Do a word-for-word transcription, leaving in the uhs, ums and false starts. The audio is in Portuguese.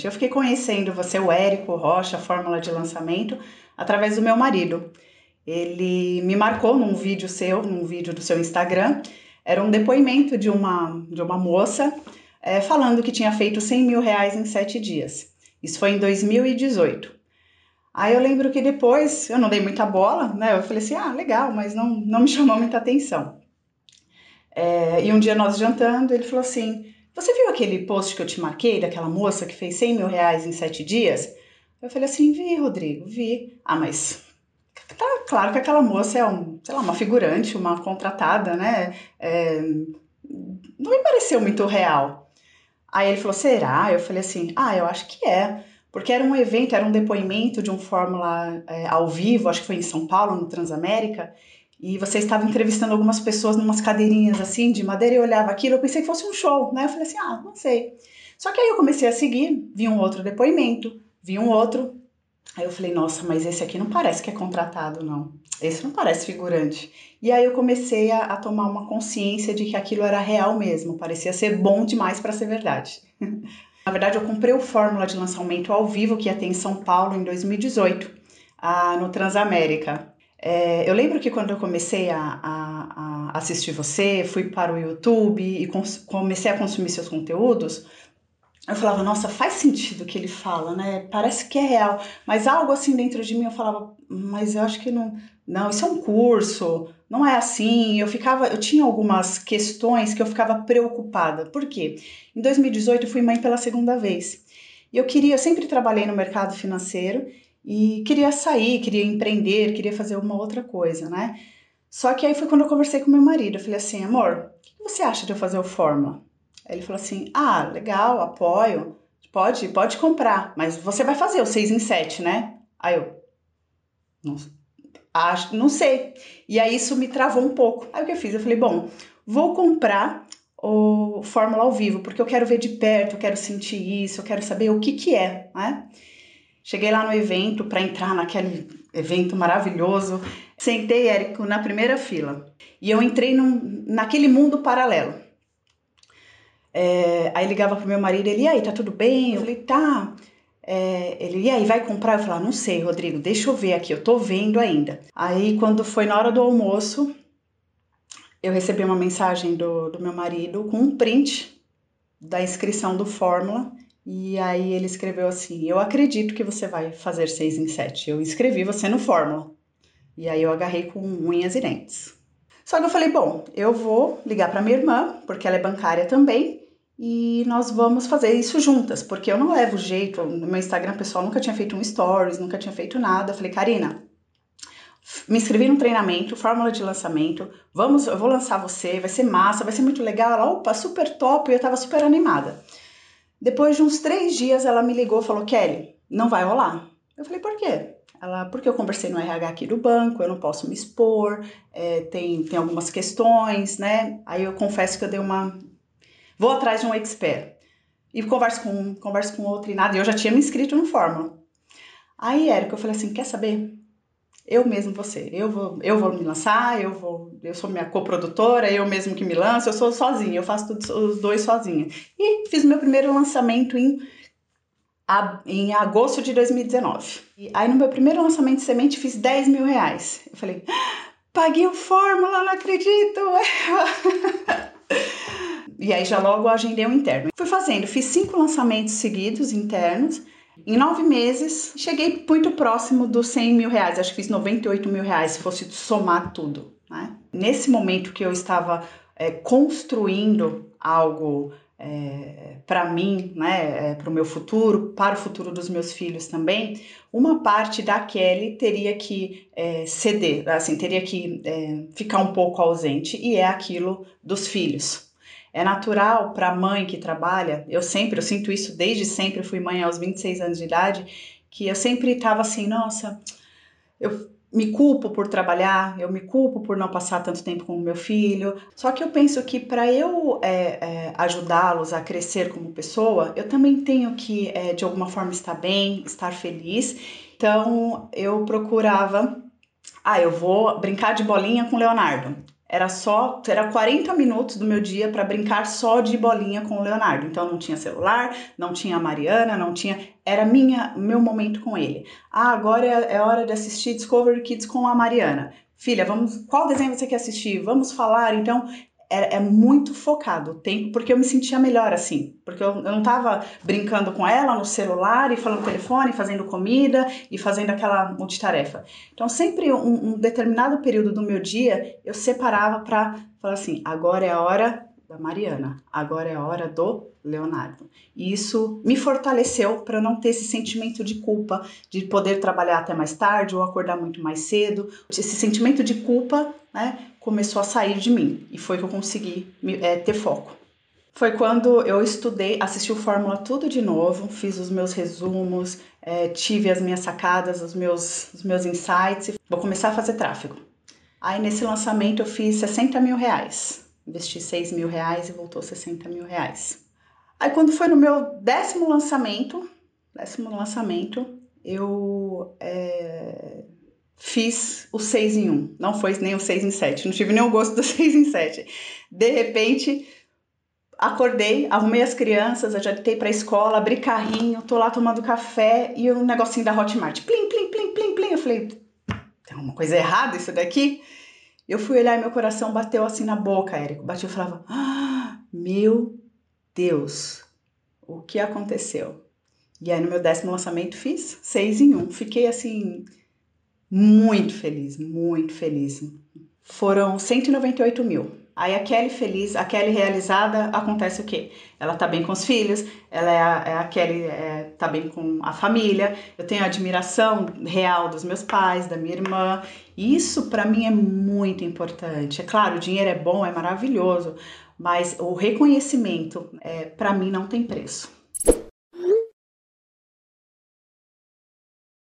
Eu fiquei conhecendo você, o Érico Rocha, a Fórmula de Lançamento, através do meu marido. Ele me marcou num vídeo seu, num vídeo do seu Instagram. Era um depoimento de uma, de uma moça é, falando que tinha feito cem mil reais em sete dias. Isso foi em dois mil e dezoito. Aí eu lembro que depois, eu não dei muita bola, né? Eu falei assim, ah, legal, mas não, não me chamou muita atenção. É, e um dia nós jantando, ele falou assim, você viu aquele post que eu te marquei, daquela moça que fez cem mil reais em sete dias? Eu falei assim, vi, Rodrigo, vi. Ah, mas tá claro que aquela moça é um, sei lá, uma figurante, uma contratada, né? É, não me pareceu muito real. Aí ele falou, será? Eu falei assim, ah, eu acho que é. Porque era um evento, era um depoimento de um Fórmula é, ao vivo, acho que foi em São Paulo, no Transamérica, e você estava entrevistando algumas pessoas numas cadeirinhas assim, de madeira, e eu olhava aquilo, eu pensei que fosse um show, né? Eu falei assim, ah, não sei. Só que aí eu comecei a seguir, vi um outro depoimento, vi um outro, aí eu falei, nossa, mas esse aqui não parece que é contratado, não. Esse não parece figurante. E aí eu comecei a, a tomar uma consciência de que aquilo era real mesmo, parecia ser bom demais para ser verdade. Na verdade, eu comprei o Fórmula de Lançamento ao vivo, que ia ter em São Paulo em dois mil e dezoito, ah, no Transamérica. É, eu lembro que quando eu comecei a, a, a assistir você, fui para o YouTube e cons- comecei a consumir seus conteúdos, eu falava, nossa, faz sentido o que ele fala, né? Parece que é real. Mas algo assim dentro de mim eu falava, mas eu acho que não. Não, isso é um curso, não é assim. Eu ficava, eu tinha algumas questões que eu ficava preocupada. Por quê? Em dois mil e dezoito eu fui mãe pela segunda vez. E eu queria, eu sempre trabalhei no mercado financeiro e queria sair, queria empreender, queria fazer uma outra coisa, né? Só que aí foi quando eu conversei com meu marido. Eu falei assim, amor, o que você acha de eu fazer o Fórmula? Aí ele falou assim, ah, legal, apoio, pode, pode comprar, mas você vai fazer o seis em sete, né? Aí eu, não, acho, não sei. E aí isso me travou um pouco. Aí o que eu fiz? Eu falei, bom, vou comprar o Fórmula ao vivo, porque eu quero ver de perto, eu quero sentir isso, eu quero saber o que que é, né? Cheguei lá no evento para entrar naquele evento maravilhoso. Sentei, Érico, na primeira fila. E eu entrei num, naquele mundo paralelo. É, aí ligava pro meu marido, ele, e aí, tá tudo bem? Eu falei, tá. É, ele, e aí, vai comprar? Eu falei, ah, não sei, Rodrigo, deixa eu ver aqui, eu tô vendo ainda. Aí, quando foi na hora do almoço, eu recebi uma mensagem do, do meu marido com um print da inscrição do Fórmula. E aí ele escreveu assim, eu acredito que você vai fazer seis em sete. Eu inscrevi você no Fórmula. E aí eu agarrei com unhas e dentes. Só que eu falei, bom, eu vou ligar para minha irmã, porque ela é bancária também, e nós vamos fazer isso juntas, porque eu não levo jeito, no meu Instagram pessoal nunca tinha feito um stories, nunca tinha feito nada. Eu falei, Karina, me inscrevi num treinamento, fórmula de lançamento, vamos, eu vou lançar você, vai ser massa, vai ser muito legal. Ela, opa, super top, e eu tava super animada. Depois de uns três dias ela me ligou e falou, Kelly, não vai rolar. Eu falei, por quê? Ela, porque eu conversei no R H aqui do banco, eu não posso me expor, é, tem, tem algumas questões, né? Aí eu confesso que eu dei uma... Vou atrás de um expert. E converso com um, converso com outro e nada. E eu já tinha me inscrito no Fórmula. Aí, Érica, eu falei assim, quer saber? Eu mesmo vou ser. Eu vou, eu vou me lançar, eu vou... Eu sou minha coprodutora, eu mesmo que me lanço, eu sou sozinha, eu faço tudo, os dois sozinha. E fiz meu primeiro lançamento em em agosto de dois mil e dezenove. E aí no meu primeiro lançamento de semente fiz dez mil reais. Eu falei, paguei o Fórmula, não acredito! E aí já logo agendei um interno. Fui fazendo, fiz cinco lançamentos seguidos internos. Em nove meses, cheguei muito próximo dos cem mil reais. Acho que fiz noventa e oito mil reais, se fosse somar tudo, né? Nesse momento que eu estava é, construindo algo é, para mim, né, é, para o meu futuro, para o futuro dos meus filhos também, uma parte da Kelly teria que é, ceder, assim, teria que é, ficar um pouco ausente, e é aquilo dos filhos. É natural para a mãe que trabalha, eu sempre, eu sinto isso desde sempre, eu fui mãe aos vinte e seis anos de idade, que eu sempre estava assim, nossa, eu me culpo por trabalhar, eu me culpo por não passar tanto tempo com o meu filho. Só que eu penso que para eu é, é, ajudá-los a crescer como pessoa, eu também tenho que, é, de alguma forma, estar bem, estar feliz. Então, eu procurava, ah, eu vou brincar de bolinha com o Leonardo. Era só, era quarenta minutos do meu dia para brincar só de bolinha com o Leonardo. Então não tinha celular, não tinha a Mariana, não tinha, era minha, meu momento com ele. Ah, agora é, é hora de assistir Discovery Kids com a Mariana. Filha, vamos, qual desenho você quer assistir? Vamos falar. Então é, é muito focado o tempo, porque eu me sentia melhor assim, porque eu, eu não estava brincando com ela no celular e falando no telefone, fazendo comida e fazendo aquela multitarefa. Então sempre um, um determinado período do meu dia eu separava para falar assim, agora é a hora da Mariana, agora é a hora do Leonardo. E isso me fortaleceu para não ter esse sentimento de culpa, de poder trabalhar até mais tarde ou acordar muito mais cedo. Esse sentimento de culpa, né, começou a sair de mim e foi que eu consegui é, ter foco. Foi quando eu estudei, assisti o Fórmula tudo de novo, fiz os meus resumos, é, tive as minhas sacadas, os meus, os meus insights. Vou começar a fazer tráfego. Aí nesse lançamento eu fiz sessenta mil reais. Investi seis mil reais e voltou sessenta mil reais. Aí quando foi no meu décimo lançamento, décimo lançamento, eu é, fiz o seis em um. Não foi nem o seis em sete, não tive nem o gosto do seis em sete. De repente, acordei, arrumei as crianças, ajeitei pra escola, abri carrinho, tô lá tomando café e um negocinho da Hotmart. Plim, plim, plim, plim, plim. Eu falei, tem uma coisa errada isso daqui? Eu fui olhar e meu coração bateu assim na boca, Érico. Bateu e falava, ah, meu Deus, o que aconteceu? E aí no meu décimo lançamento fiz seis em um. Fiquei assim, muito feliz, muito feliz. Foram cento e noventa e oito mil. Aí a Kelly feliz, a Kelly realizada, acontece o quê? Ela tá bem com os filhos, ela é a, é a Kelly é, tá bem com a família, eu tenho a admiração real dos meus pais, da minha irmã, e isso para mim é muito importante. É claro, o dinheiro é bom, é maravilhoso, mas o reconhecimento, é, para mim, não tem preço.